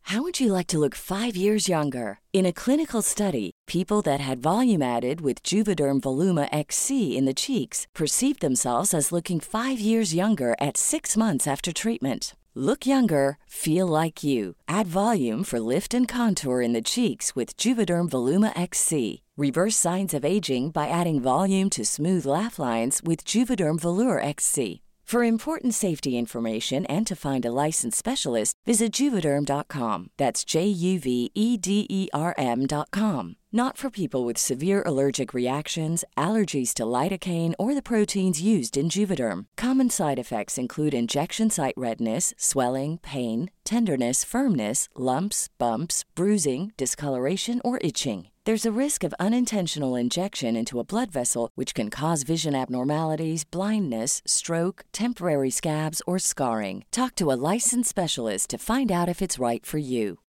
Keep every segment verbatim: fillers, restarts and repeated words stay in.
How would you like to look five years younger? In a clinical study, people that had volume added with Juvederm Voluma X C in the cheeks perceived themselves as looking five years younger at six months after treatment. Look younger, feel like you. Add volume for lift and contour in the cheeks with Juvederm Voluma X C. Reverse signs of aging by adding volume to smooth laugh lines with Juvederm Volure X C. For important safety information and to find a licensed specialist, visit Juvederm dot com. That's J U V E D E R M dot com. Not for people with severe allergic reactions, allergies to lidocaine, or the proteins used in Juvederm. Common side effects include injection site redness, swelling, pain, tenderness, firmness, lumps, bumps, bruising, discoloration, or itching. There's a risk of unintentional injection into a blood vessel, which can cause vision abnormalities, blindness, stroke, temporary scabs, or scarring. Talk to a licensed specialist to find out if it's right for you.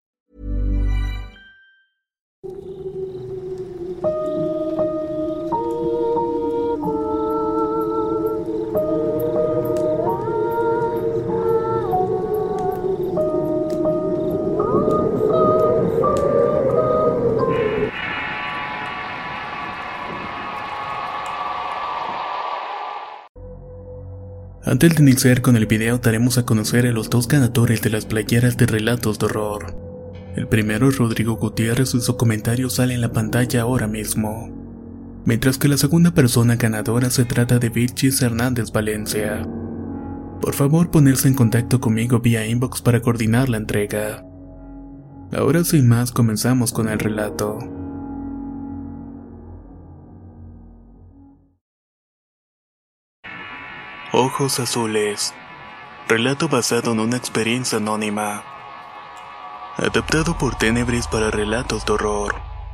Antes de iniciar con el video, daremos a conocer a los dos ganadores de las playeras de relatos de horror. El primero es Rodrigo Gutiérrez y su comentario sale en la pantalla ahora mismo. Mientras que la segunda persona ganadora se trata de Vilchis Hernández Valencia. Por favor, ponerse en contacto conmigo vía inbox para coordinar la entrega. Ahora sin más, comenzamos con el relato. Ojos azules. Relato basado en una experiencia anónima. Adaptado por Tenebris para relatos de horror.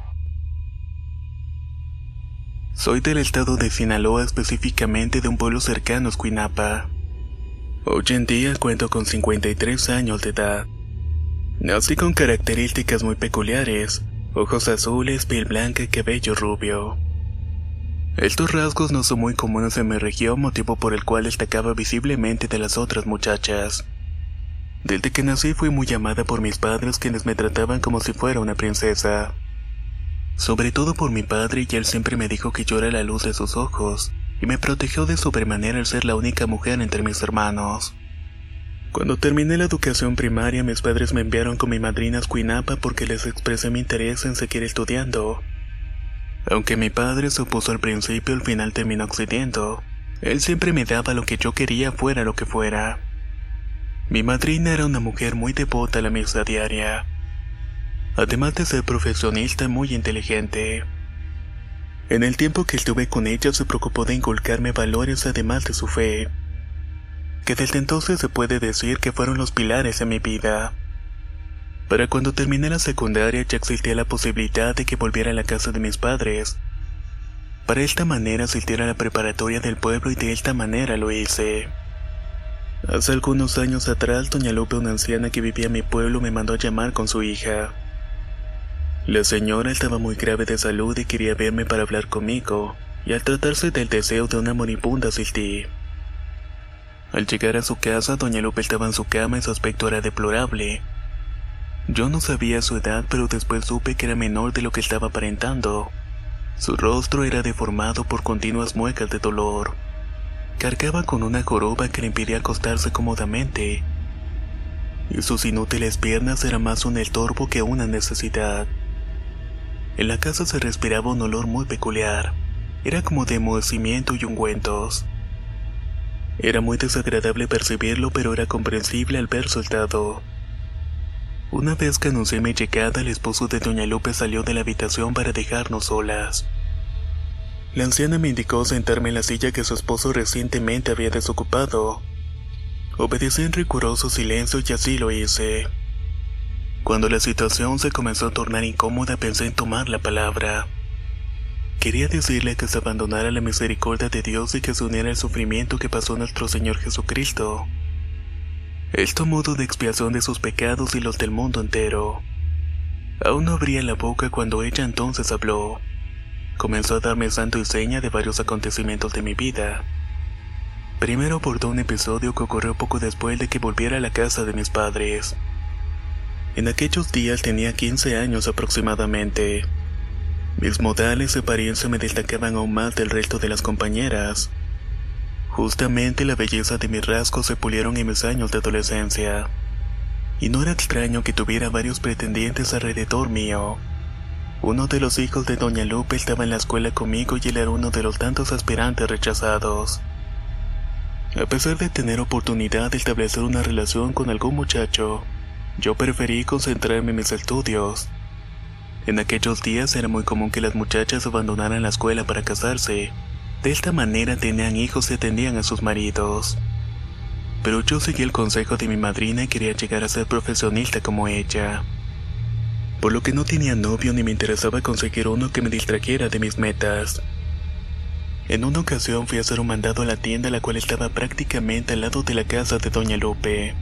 Soy del estado de Sinaloa, específicamente de un pueblo cercano a Escuinapa. Hoy en día cuento con cincuenta y tres años de edad. Nací con características muy peculiares: ojos azules, piel blanca y cabello rubio. Estos rasgos no son muy comunes en mi región, motivo por el cual destacaba visiblemente de las otras muchachas. Desde que nací fui muy amada por mis padres, quienes me trataban como si fuera una princesa. Sobre todo por mi padre, y él siempre me dijo que yo era la luz de sus ojos, y me protegió de sobremanera al ser la única mujer entre mis hermanos. Cuando terminé la educación primaria, mis padres me enviaron con mi madrina a Escuinapa porque les expresé mi interés en seguir estudiando. Aunque mi padre se opuso al principio, al final terminó accediendo. Él siempre me daba lo que yo quería, fuera lo que fuera. Mi madrina era una mujer muy devota a la misa diaria. Además de ser profesionista, muy inteligente. En el tiempo que estuve con ella se preocupó de inculcarme valores además de su fe, que desde entonces se puede decir que fueron los pilares de mi vida. Para cuando terminé la secundaria ya existía la posibilidad de que volviera a la casa de mis padres. Para esta manera asistir a la preparatoria del pueblo y de esta manera lo hice. Hace algunos años atrás, doña Lupe, una anciana que vivía en mi pueblo, me mandó a llamar con su hija. La señora estaba muy grave de salud y quería verme para hablar conmigo, y al tratarse del deseo de una moribunda asistí. Al llegar a su casa, doña Lupe estaba en su cama y su aspecto era deplorable. Yo no sabía su edad, pero después supe que era menor de lo que estaba aparentando. Su rostro era deformado por continuas muecas de dolor. Cargaba con una joroba que le impedía acostarse cómodamente, y sus inútiles piernas eran más un estorbo que una necesidad. En la casa se respiraba un olor muy peculiar. Era como de enmohecimiento y ungüentos. Era muy desagradable percibirlo, pero era comprensible al ver su estado. Una vez que anuncié mi llegada, el esposo de doña Lupe salió de la habitación para dejarnos solas. La anciana me indicó sentarme en la silla que su esposo recientemente había desocupado. Obedecí en riguroso silencio y así lo hice. Cuando la situación se comenzó a tornar incómoda, pensé en tomar la palabra. Quería decirle que se abandonara la misericordia de Dios y que se uniera al sufrimiento que pasó nuestro Señor Jesucristo. Esto modo de expiación de sus pecados y los del mundo entero. Aún no abría la boca cuando ella entonces habló. Comenzó a darme santo y seña de varios acontecimientos de mi vida. Primero abordó un episodio que ocurrió poco después de que volviera a la casa de mis padres. En aquellos días tenía quince años aproximadamente. Mis modales y apariencia me destacaban aún más del resto de las compañeras. Justamente la belleza de mis rasgos se pulieron en mis años de adolescencia. Y no era extraño que tuviera varios pretendientes alrededor mío. Uno de los hijos de Doña Lupe estaba en la escuela conmigo y él era uno de los tantos aspirantes rechazados. A pesar de tener oportunidad de establecer una relación con algún muchacho, yo preferí concentrarme en mis estudios. En aquellos días era muy común que las muchachas abandonaran la escuela para casarse. De esta manera tenían hijos y atendían a sus maridos. Pero yo seguí el consejo de mi madrina y quería llegar a ser profesionista como ella. Por lo que no tenía novio ni me interesaba conseguir uno que me distrajera de mis metas. En una ocasión fui a hacer un mandado a la tienda, la cual estaba prácticamente al lado de la casa de Doña Lupe.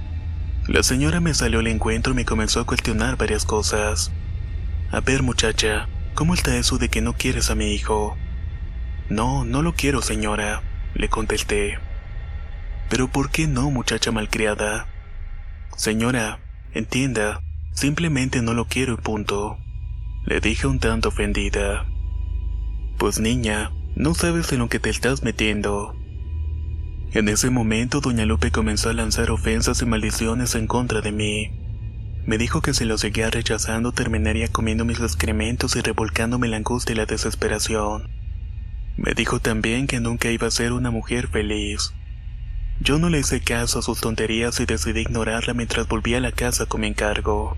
La señora me salió al encuentro y me comenzó a cuestionar varias cosas. A ver, muchacha, ¿cómo está eso de que no quieres a mi hijo? No, no lo quiero, señora, le contesté. ¿Pero por qué no, muchacha malcriada? Señora, entienda, simplemente no lo quiero y punto, le dije un tanto ofendida. Pues niña, no sabes en lo que te estás metiendo. En ese momento Doña Lupe comenzó a lanzar ofensas y maldiciones en contra de mí. Me dijo que si lo seguía rechazando terminaría comiendo mis excrementos y revolcándome la angustia y la desesperación. Me dijo también que nunca iba a ser una mujer feliz. Yo no le hice caso a sus tonterías y decidí ignorarla mientras volvía a la casa con mi encargo.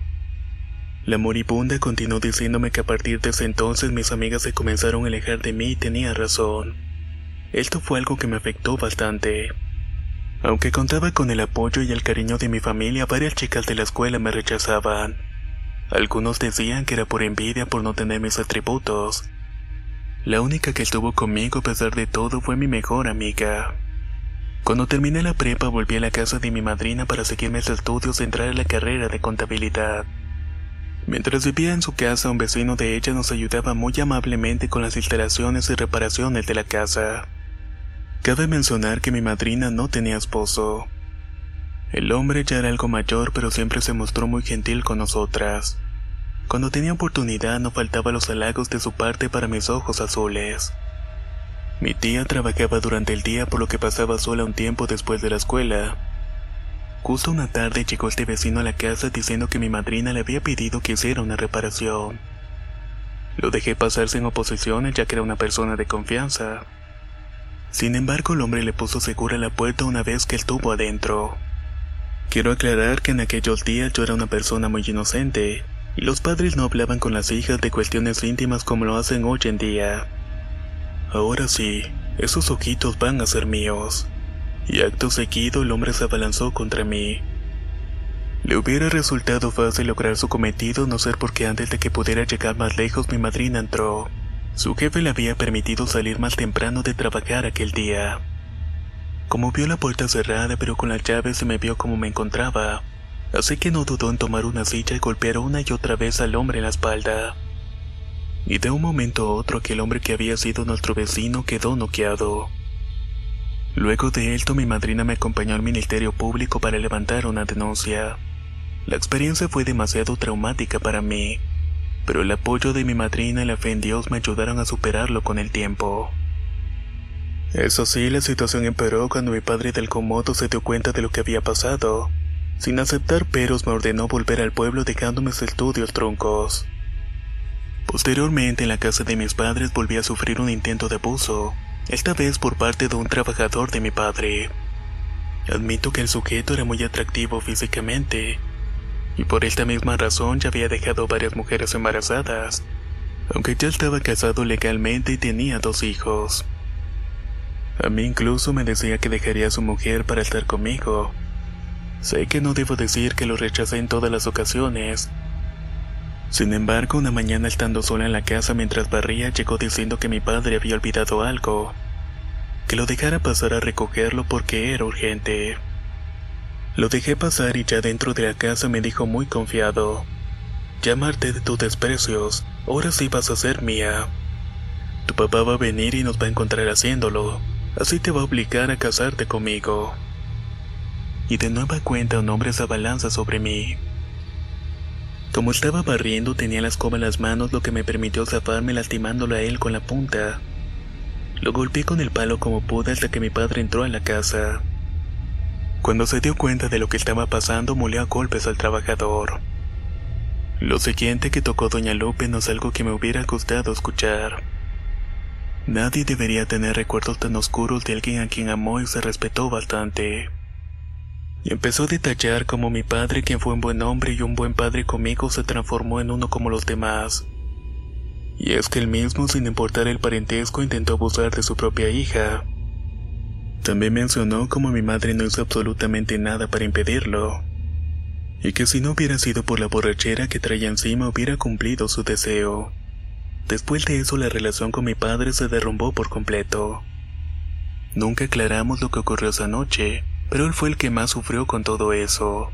La moribunda continuó diciéndome que a partir de ese entonces mis amigas se comenzaron a alejar de mí y tenía razón. Esto fue algo que me afectó bastante. Aunque contaba con el apoyo y el cariño de mi familia, varias chicas de la escuela me rechazaban. Algunos decían que era por envidia por no tener mis atributos. La única que estuvo conmigo a pesar de todo fue mi mejor amiga. Cuando terminé la prepa volví a la casa de mi madrina para seguir mis estudios y entrar a la carrera de contabilidad. Mientras vivía en su casa, un vecino de ella nos ayudaba muy amablemente con las instalaciones y reparaciones de la casa. Cabe mencionar que mi madrina no tenía esposo. El hombre ya era algo mayor, pero siempre se mostró muy gentil con nosotras. Cuando tenía oportunidad no faltaba los halagos de su parte para mis ojos azules. Mi tía trabajaba durante el día, por lo que pasaba sola un tiempo después de la escuela. Justo una tarde llegó este vecino a la casa diciendo que mi madrina le había pedido que hiciera una reparación. Lo dejé pasar sin oposiciones, ya que era una persona de confianza. Sin embargo, el hombre le puso segura la puerta una vez que estuvo adentro. Quiero aclarar que en aquellos días yo era una persona muy inocente, y los padres no hablaban con las hijas de cuestiones íntimas como lo hacen hoy en día. Ahora sí, esos ojitos van a ser míos. Y acto seguido el hombre se abalanzó contra mí. Le hubiera resultado fácil lograr su cometido, no ser porque antes de que pudiera llegar más lejos mi madrina entró. Su jefe le había permitido salir más temprano de trabajar aquel día. Como vio la puerta cerrada pero con las llaves se me vio como me encontraba, así que no dudó en tomar una silla y golpear una y otra vez al hombre en la espalda. Y de un momento a otro aquel hombre que había sido nuestro vecino quedó noqueado. Luego de esto mi madrina me acompañó al Ministerio Público para levantar una denuncia. La experiencia fue demasiado traumática para mí, pero el apoyo de mi madrina y la fe en Dios me ayudaron a superarlo con el tiempo. Eso sí, la situación empeoró cuando mi padre del comodo se dio cuenta de lo que había pasado. Sin aceptar peros me ordenó volver al pueblo dejando mis estudios truncos. Posteriormente en la casa de mis padres volví a sufrir un intento de abuso, esta vez por parte de un trabajador de mi padre. Admito que el sujeto era muy atractivo físicamente, y por esta misma razón ya había dejado varias mujeres embarazadas, aunque ya estaba casado legalmente y tenía dos hijos. A mí incluso me decía que dejaría a su mujer para estar conmigo. Sé que no debo decir que lo rechacé en todas las ocasiones. Sin embargo, una mañana estando sola en la casa mientras barría, llegó diciendo que mi padre había olvidado algo, que lo dejara pasar a recogerlo porque era urgente. Lo dejé pasar y ya dentro de la casa me dijo muy confiado: llamarte de tus desprecios, ahora sí vas a ser mía. Tu papá va a venir y nos va a encontrar haciéndolo, así te va a obligar a casarte conmigo. Y de nueva cuenta un hombre se abalanza sobre mí. Como estaba barriendo, tenía la escoba en las manos, lo que me permitió zafarme lastimándolo a él con la punta. Lo golpeé con el palo como pude hasta que mi padre entró a la casa. Cuando se dio cuenta de lo que estaba pasando, molió a golpes al trabajador. Lo siguiente que tocó doña Lupe no es algo que me hubiera gustado escuchar. Nadie debería tener recuerdos tan oscuros de alguien a quien amó y se respetó bastante. Y empezó a detallar cómo mi padre, quien fue un buen hombre y un buen padre conmigo, se transformó en uno como los demás. Y es que él mismo, sin importar el parentesco, intentó abusar de su propia hija. También mencionó cómo mi madre no hizo absolutamente nada para impedirlo. Y que si no hubiera sido por la borrachera que traía encima, hubiera cumplido su deseo. Después de eso, la relación con mi padre se derrumbó por completo. Nunca aclaramos lo que ocurrió esa noche, pero él fue el que más sufrió con todo eso.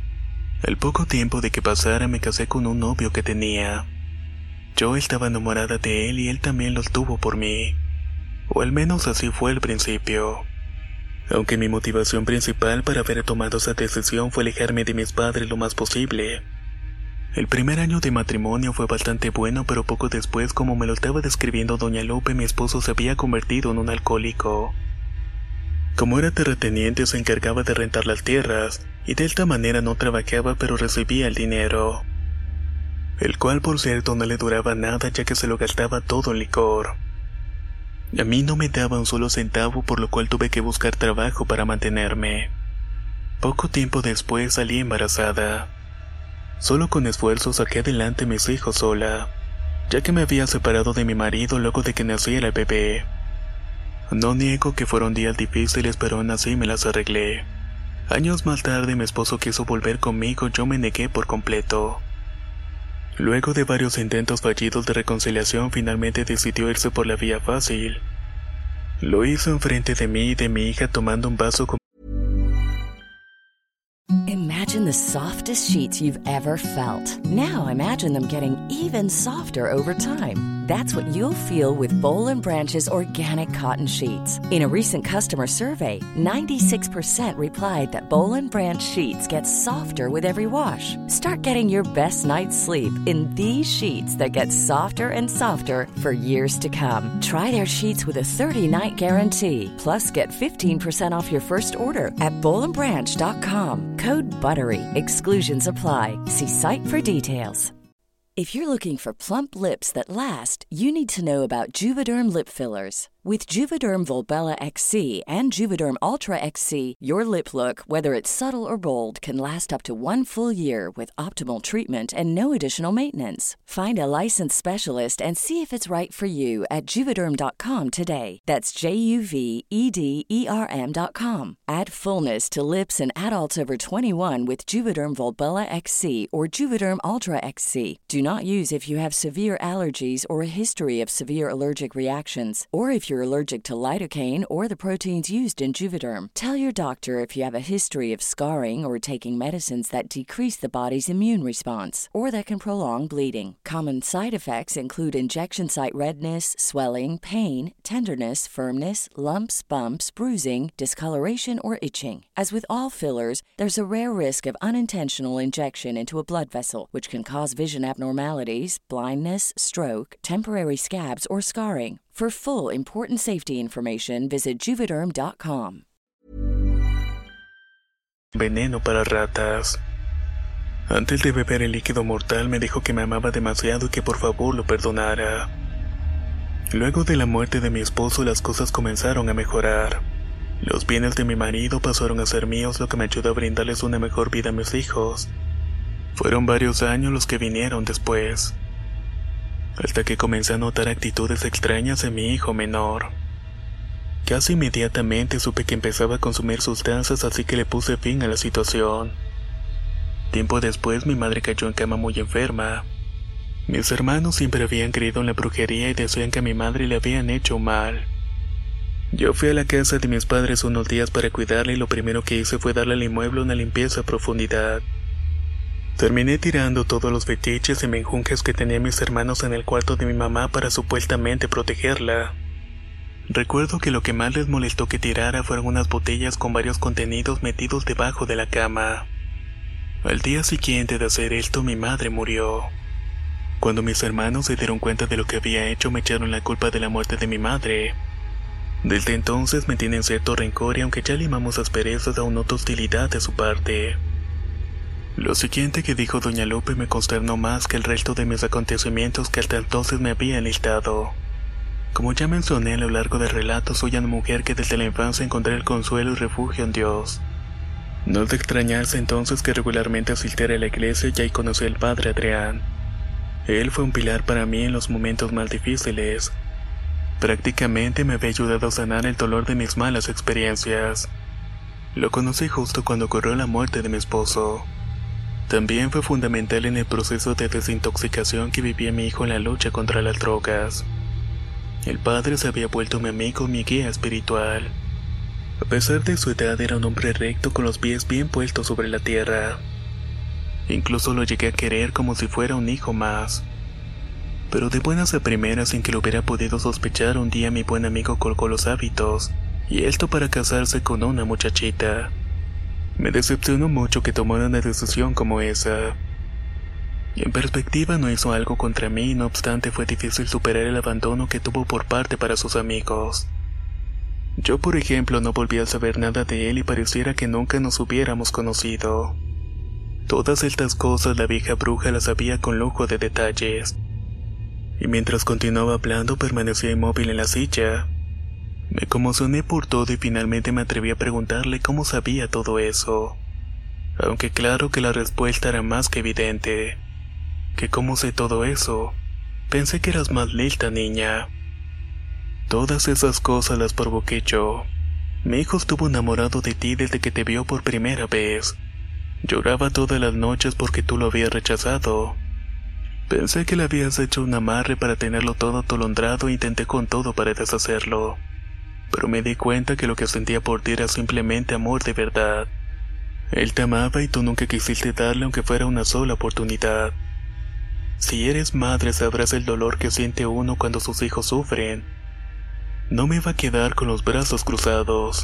Al poco tiempo de que pasara, me casé con un novio que tenía. Yo estaba enamorada de él y él también lo estuvo por mí. O al menos así fue al principio. Aunque mi motivación principal para haber tomado esa decisión fue alejarme de mis padres lo más posible. El primer año de matrimonio fue bastante bueno, pero poco después, como me lo estaba describiendo doña Lupe, mi esposo se había convertido en un alcohólico. Como era terrateniente, se encargaba de rentar las tierras, y de esta manera no trabajaba pero recibía el dinero. El cual, por cierto, no le duraba nada ya que se lo gastaba todo en licor. A mí no me daba un solo centavo, por lo cual tuve que buscar trabajo para mantenerme. Poco tiempo después salí embarazada. Solo con esfuerzo saqué adelante a mis hijos sola, ya que me había separado de mi marido luego de que naciera el bebé. No niego que fueron días difíciles, pero aún así me las arreglé. Años más tarde mi esposo quiso volver conmigo, yo me negué por completo. Luego de varios intentos fallidos de reconciliación, finalmente decidió irse por la vía fácil. Lo hizo enfrente de mí y de mi hija tomando un vaso con... Imagine the softest sheets you've ever felt. Now imagine them getting even softer over time. That's what you'll feel with Boll and Branch's organic cotton sheets. In a recent customer survey, ninety-six percent replied that Boll and Branch sheets get softer with every wash. Start getting your best night's sleep in these sheets that get softer and softer for years to come. Try their sheets with a thirty-night guarantee. Plus, get fifteen percent off your first order at boll and branch dot com. Code BUTTERY. Exclusions apply. See site for details. If you're looking for plump lips that last, you need to know about Juvederm lip fillers. With Juvederm Volbella X C and Juvederm Ultra X C, your lip look, whether it's subtle or bold, can last up to one full year with optimal treatment and no additional maintenance. Find a licensed specialist and see if it's right for you at juvederm dot com today. That's J U V E D E R M dot com. Add fullness to lips in adults over twenty-one with Juvederm Volbella X C or Juvederm Ultra X C. Do not use if you have severe allergies or a history of severe allergic reactions, or if you're allergic to lidocaine or the proteins used in Juvederm. Tell your doctor if you have a history of scarring or taking medicines that decrease the body's immune response or that can prolong bleeding. Common side effects include injection site redness, swelling, pain, tenderness, firmness, lumps, bumps, bruising, discoloration, or itching. As with all fillers, there's a rare risk of unintentional injection into a blood vessel, which can cause vision abnormalities, blindness, stroke, temporary scabs, or scarring. For full important safety information, visit juvederm dot com. Veneno para ratas. Antes de beber el líquido mortal me dijo que me amaba demasiado y que por favor lo perdonara. Luego de la muerte de mi esposo, las cosas comenzaron a mejorar. Los bienes de mi marido pasaron a ser míos, lo que me ayudó a brindarles una mejor vida a mis hijos. Fueron varios años los que vinieron después, hasta que comencé a notar actitudes extrañas en mi hijo menor. Casi inmediatamente supe que empezaba a consumir sustancias, así que le puse fin a la situación. Tiempo después mi madre cayó en cama muy enferma. Mis hermanos siempre habían creído en la brujería y decían que a mi madre le habían hecho mal. Yo fui a la casa de mis padres unos días para cuidarla y lo primero que hice fue darle al inmueble una limpieza a profundidad. Terminé tirando todos los fetiches y menjunjes que tenían mis hermanos en el cuarto de mi mamá para supuestamente protegerla. Recuerdo que lo que más les molestó que tirara fueron unas botellas con varios contenidos metidos debajo de la cama. Al día siguiente de hacer esto, mi madre murió. Cuando mis hermanos se dieron cuenta de lo que había hecho, me echaron la culpa de la muerte de mi madre. Desde entonces me tienen cierto rencor y aunque ya limamos asperezas, aún noto hostilidad de su parte. Lo siguiente que dijo doña Lupe me consternó más que el resto de mis acontecimientos que hasta entonces me había listado. Como ya mencioné a lo largo del relato, soy una mujer que desde la infancia encontré el consuelo y refugio en Dios. No es de extrañarse entonces que regularmente asistiera a la iglesia y ahí conocí al padre Adrián. Él fue un pilar para mí en los momentos más difíciles. Prácticamente me había ayudado a sanar el dolor de mis malas experiencias. Lo conocí justo cuando ocurrió la muerte de mi esposo. También fue fundamental en el proceso de desintoxicación que vivía mi hijo en la lucha contra las drogas. El padre se había vuelto mi amigo y mi guía espiritual. A pesar de su edad, era un hombre recto con los pies bien puestos sobre la tierra. Incluso lo llegué a querer como si fuera un hijo más. Pero de buenas a primeras, sin que lo hubiera podido sospechar, un día mi buen amigo colgó los hábitos, y esto para casarse con una muchachita. Me decepcionó mucho que tomara una decisión como esa. En perspectiva no hizo algo contra mí, no obstante fue difícil superar el abandono que tuvo por parte para sus amigos. Yo, por ejemplo, no volví a saber nada de él y pareciera que nunca nos hubiéramos conocido. Todas estas cosas la vieja bruja las sabía con lujo de detalles. Y mientras continuaba hablando, permanecía inmóvil en la silla. Me conmocioné por todo y finalmente me atreví a preguntarle cómo sabía todo eso. Aunque claro que la respuesta era más que evidente. ¿Que cómo sé todo eso? Pensé que eras más lista, niña. Todas esas cosas las provoqué yo. Mi hijo estuvo enamorado de ti desde que te vio por primera vez. Lloraba todas las noches porque tú lo habías rechazado. Pensé que le habías hecho un amarre para tenerlo todo atolondrado e intenté con todo para deshacerlo. Pero me di cuenta que lo que sentía por ti era simplemente amor de verdad. Él te amaba y tú nunca quisiste darle aunque fuera una sola oportunidad. Si eres madre sabrás el dolor que siente uno cuando sus hijos sufren. No me iba a quedar con los brazos cruzados.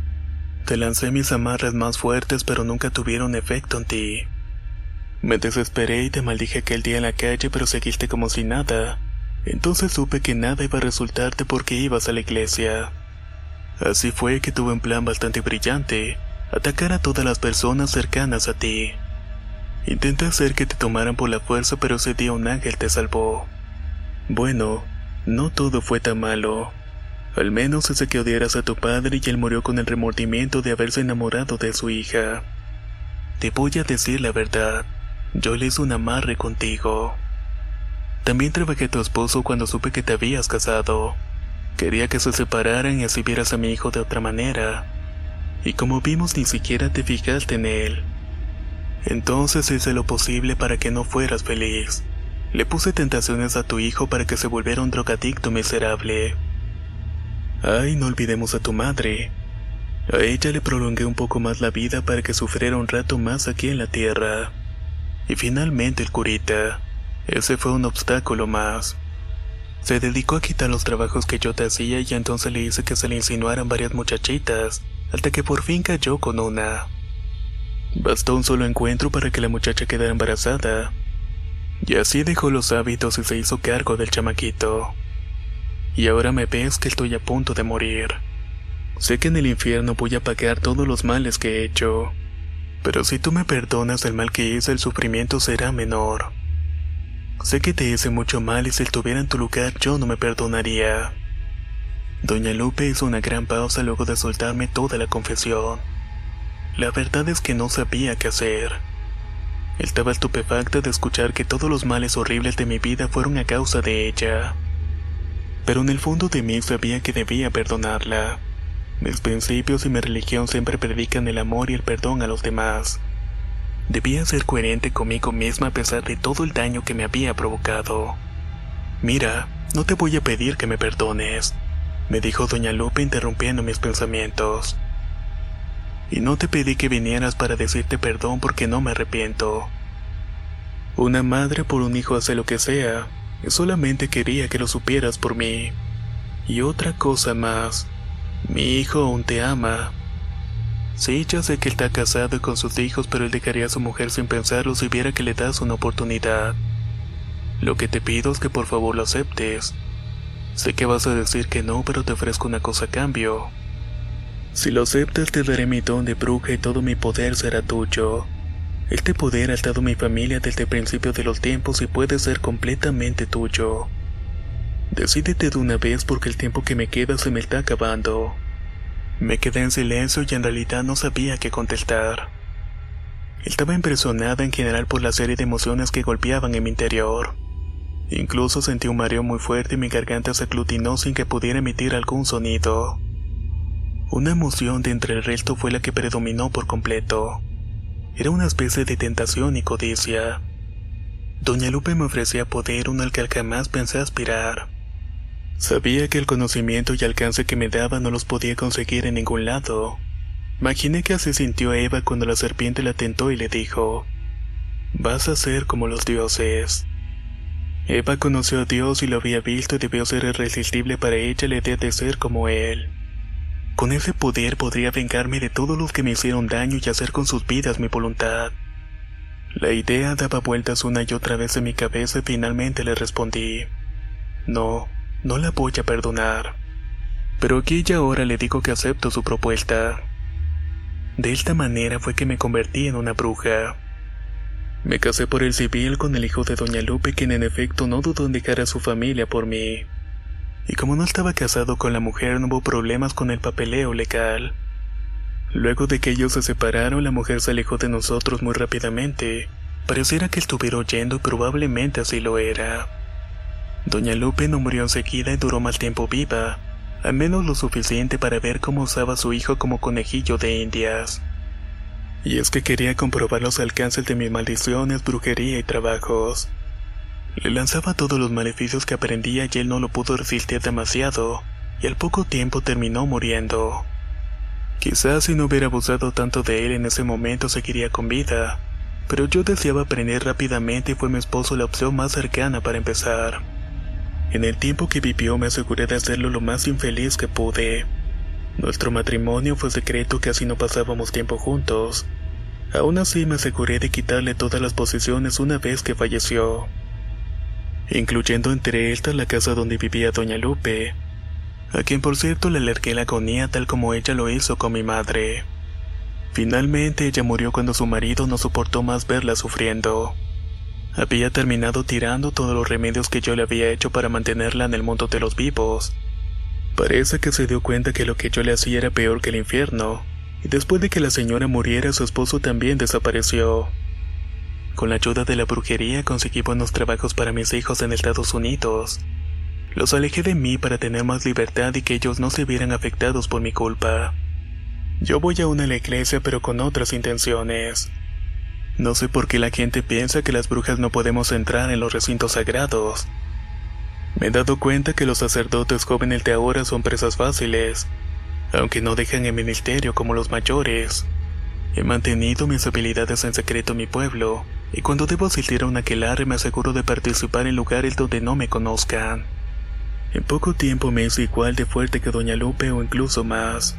Te lancé mis amarras más fuertes pero nunca tuvieron efecto en ti. Me desesperé y te maldije aquel día en la calle pero seguiste como si nada. Entonces supe que nada iba a resultarte porque ibas a la iglesia. Así fue que tuve un plan bastante brillante, atacar a todas las personas cercanas a ti. Intenté hacer que te tomaran por la fuerza pero ese día un ángel te salvó. Bueno, no todo fue tan malo. Al menos ese que odiaras a tu padre y él murió con el remordimiento de haberse enamorado de su hija. Te voy a decir la verdad. Yo le hice un amarre contigo. También trabajé a tu esposo cuando supe que te habías casado. Quería que se separaran y así vieras a mi hijo de otra manera. Y como vimos ni siquiera te fijaste en él. Entonces hice lo posible para que no fueras feliz. Le puse tentaciones a tu hijo para que se volviera un drogadicto miserable. Ay, no olvidemos a tu madre. A ella le prolongué un poco más la vida para que sufriera un rato más aquí en la tierra. Y finalmente el curita. Ese fue un obstáculo más. Se dedicó a quitar los trabajos que yo te hacía y entonces le hice que se le insinuaran varias muchachitas, hasta que por fin cayó con una. Bastó un solo encuentro para que la muchacha quedara embarazada. Y así dejó los hábitos y se hizo cargo del chamaquito. Y ahora me ves que estoy a punto de morir. Sé que en el infierno voy a pagar todos los males que he hecho. Pero si tú me perdonas el mal que hice, el sufrimiento será menor. Sé que te hice mucho mal y si estuviera en tu lugar yo no me perdonaría. Doña Lupe hizo una gran pausa luego de soltarme toda la confesión. La verdad es que no sabía qué hacer. Estaba estupefacta de escuchar que todos los males horribles de mi vida fueron a causa de ella. Pero en el fondo de mí sabía que debía perdonarla. Mis principios y mi religión siempre predican el amor y el perdón a los demás. Debía ser coherente conmigo misma a pesar de todo el daño que me había provocado. Mira, no te voy a pedir que me perdones, me dijo doña Lupe interrumpiendo mis pensamientos. Y no te pedí que vinieras para decirte perdón porque no me arrepiento. Una madre por un hijo hace lo que sea, y solamente quería que lo supieras por mí. Y otra cosa más, mi hijo aún te ama. Sí, ya sé que él está casado y con sus hijos, pero él dejaría a su mujer sin pensarlo si viera que le das una oportunidad. Lo que te pido es que por favor lo aceptes. Sé que vas a decir que no, pero te ofrezco una cosa a cambio. Si lo aceptas, te daré mi don de bruja y todo mi poder será tuyo. Este poder ha estado en mi familia desde el principio de los tiempos y puede ser completamente tuyo. Decídete de una vez porque el tiempo que me queda se me está acabando. Me quedé en silencio y en realidad no sabía qué contestar. Estaba impresionada en general por la serie de emociones que golpeaban en mi interior. Incluso sentí un mareo muy fuerte y mi garganta se aglutinó sin que pudiera emitir algún sonido. Una emoción de entre el resto fue la que predominó por completo. Era una especie de tentación y codicia. Doña Lupe me ofrecía poder, uno al que jamás pensé aspirar. Sabía que el conocimiento y alcance que me daba no los podía conseguir en ningún lado. Imaginé que así sintió Eva cuando la serpiente la tentó y le dijo: «Vas a ser como los dioses». Eva conoció a Dios y lo había visto y debió ser irresistible para ella la idea de ser como él. Con ese poder podría vengarme de todos los que me hicieron daño y hacer con sus vidas mi voluntad. La idea daba vueltas una y otra vez en mi cabeza y finalmente le respondí: «No, no la voy a perdonar». Pero aquí y ahora le digo que acepto su propuesta. De esta manera fue que me convertí en una bruja. Me casé por el civil con el hijo de Doña Lupe, quien en efecto no dudó en dejar a su familia por mí. Y como no estaba casado con la mujer, no hubo problemas con el papeleo legal. Luego de que ellos se separaron, la mujer se alejó de nosotros muy rápidamente. Pareciera que estuviera oyendo y probablemente así lo era. Doña Lupe no murió enseguida y duró más tiempo viva, al menos lo suficiente para ver cómo usaba a su hijo como conejillo de indias. Y es que quería comprobar los alcances de mis maldiciones, brujería y trabajos. Le lanzaba todos los maleficios que aprendía y él no lo pudo resistir demasiado, y al poco tiempo terminó muriendo. Quizás si no hubiera abusado tanto de él en ese momento seguiría con vida, pero yo deseaba aprender rápidamente y fue mi esposo la opción más cercana para empezar. En el tiempo que vivió me aseguré de hacerlo lo más infeliz que pude. Nuestro matrimonio fue secreto, casi no pasábamos tiempo juntos. Aún así me aseguré de quitarle todas las posesiones una vez que falleció, incluyendo entre estas la casa donde vivía Doña Lupe, a quien por cierto le alargué la agonía tal como ella lo hizo con mi madre. Finalmente ella murió cuando su marido no soportó más verla sufriendo. Había terminado tirando todos los remedios que yo le había hecho para mantenerla en el mundo de los vivos. Parece que se dio cuenta que lo que yo le hacía era peor que el infierno, y después de que la señora muriera, su esposo también desapareció. Con la ayuda de la brujería conseguí buenos trabajos para mis hijos en Estados Unidos. Los alejé de mí para tener más libertad y que ellos no se vieran afectados por mi culpa. Yo voy aún a la iglesia, pero con otras intenciones. No sé por qué la gente piensa que las brujas no podemos entrar en los recintos sagrados. Me he dado cuenta que los sacerdotes jóvenes de ahora son presas fáciles, aunque no dejan el ministerio como los mayores. He mantenido mis habilidades en secreto en mi pueblo, y cuando debo asistir a un aquelarre me aseguro de participar en lugares donde no me conozcan. En poco tiempo me hice igual de fuerte que Doña Lupe o incluso más.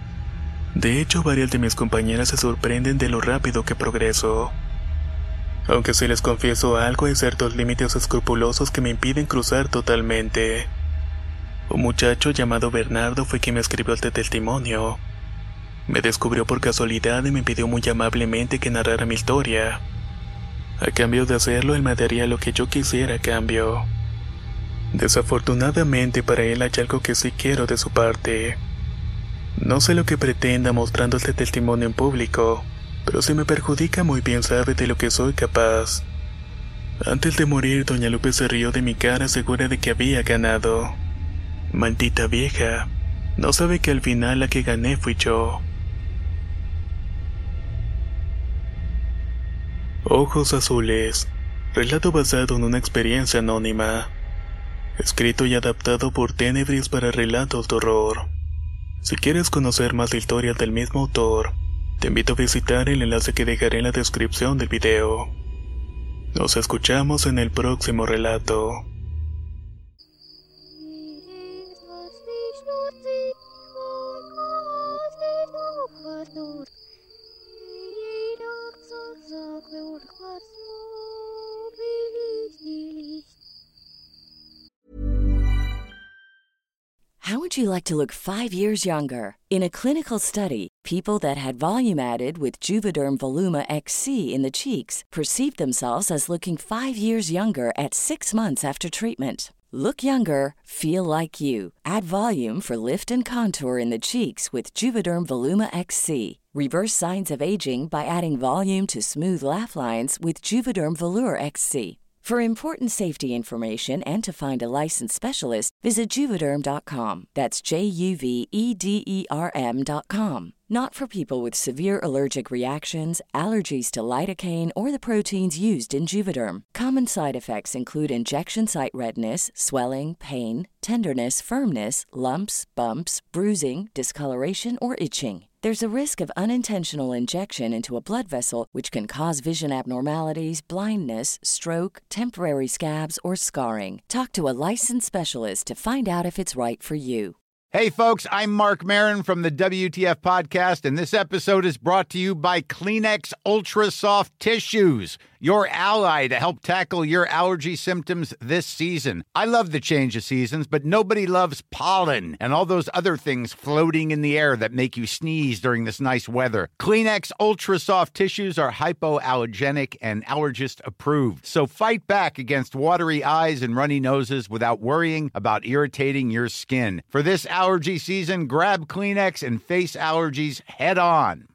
De hecho, varias de mis compañeras se sorprenden de lo rápido que progreso. Aunque si les confieso algo, hay ciertos límites escrupulosos que me impiden cruzar totalmente. Un muchacho llamado Bernardo fue quien me escribió este testimonio. Me descubrió por casualidad y me pidió muy amablemente que narrara mi historia. A cambio de hacerlo, él me daría lo que yo quisiera a cambio. Desafortunadamente para él hay algo que sí quiero de su parte. No sé lo que pretenda mostrando este testimonio en público, pero si me perjudica muy bien sabe de lo que soy capaz. Antes de morir, Doña Lupe se rió de mi cara segura de que había ganado. Maldita vieja, no sabe que al final la que gané fui yo. Ojos azules, relato basado en una experiencia anónima. Escrito y adaptado por Tenebris para relatos de horror. Si quieres conocer más de historias del mismo autor, te invito a visitar el enlace que dejaré en la descripción del video. Nos escuchamos en el próximo relato. Thank you. would you like to look five years younger? In a clinical study, people that had volume added with Juvederm Voluma X C in the cheeks perceived themselves as looking five years younger at six months after treatment. Look younger, feel like you. Add volume for lift and contour in the cheeks with Juvederm Voluma X C. Reverse signs of aging by adding volume to smooth laugh lines with Juvederm Volure X C. For important safety information and to find a licensed specialist, visit Juvederm dot com. That's J U V E D E R M dot com. Not for people with severe allergic reactions, allergies to lidocaine, or the proteins used in Juvederm. Common side effects include injection site redness, swelling, pain, tenderness, firmness, lumps, bumps, bruising, discoloration, or itching. There's a risk of unintentional injection into a blood vessel, which can cause vision abnormalities, blindness, stroke, temporary scabs, or scarring. Talk to a licensed specialist to find out if it's right for you. Hey, folks, I'm Mark Maron from the W T F Podcast, and this episode is brought to you by Kleenex Ultra Soft Tissues, your ally to help tackle your allergy symptoms this season. I love the change of seasons, but nobody loves pollen and all those other things floating in the air that make you sneeze during this nice weather. Kleenex Ultra Soft Tissues are hypoallergenic and allergist approved, so fight back against watery eyes and runny noses without worrying about irritating your skin. For this allergy season, grab Kleenex and face allergies head on.